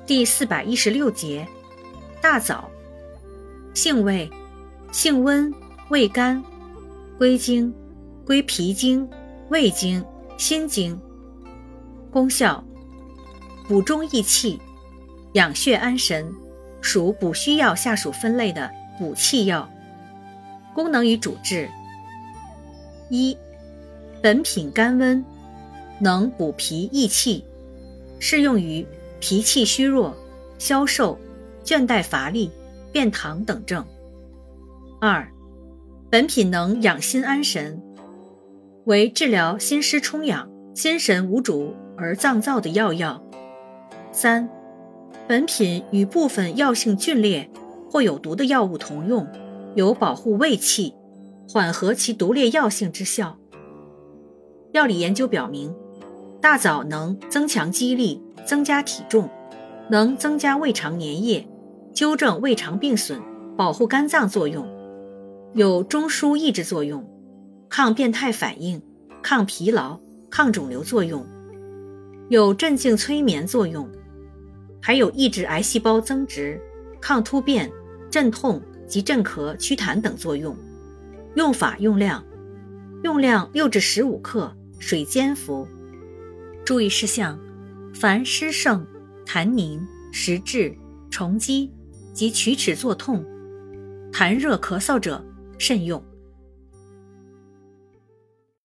第416节，大枣。性味：性温，味甘，归经：归脾经、胃经、心经。功效：补中益气，养血安神，属补虚药下属分类的补气药。功能与主治：一、本品甘温，能补脾益气，适用于脾气虚弱、消瘦、倦怠乏力、便溏等症。二、本品能养心安神，为治疗心失充养、心神无主而脏燥的药药。三、本品与部分药性峻烈或有毒的药物同用，有保护胃气、缓和其毒烈药性之效。药理研究表明，大枣能增强肌力，增加体重，能增加胃肠粘液，纠正胃肠病损，保护肝脏作用，有中枢抑制作用，抗变态反应，抗疲劳，抗肿瘤作用，有镇静催眠作用，还有抑制癌细胞增殖、抗突变、镇痛及镇咳、祛痰等作用。用法用量6至15克，水煎服。注意事项：凡湿盛、痰凝、实质、虫积及龋齿作痛、痰热咳嗽者慎用。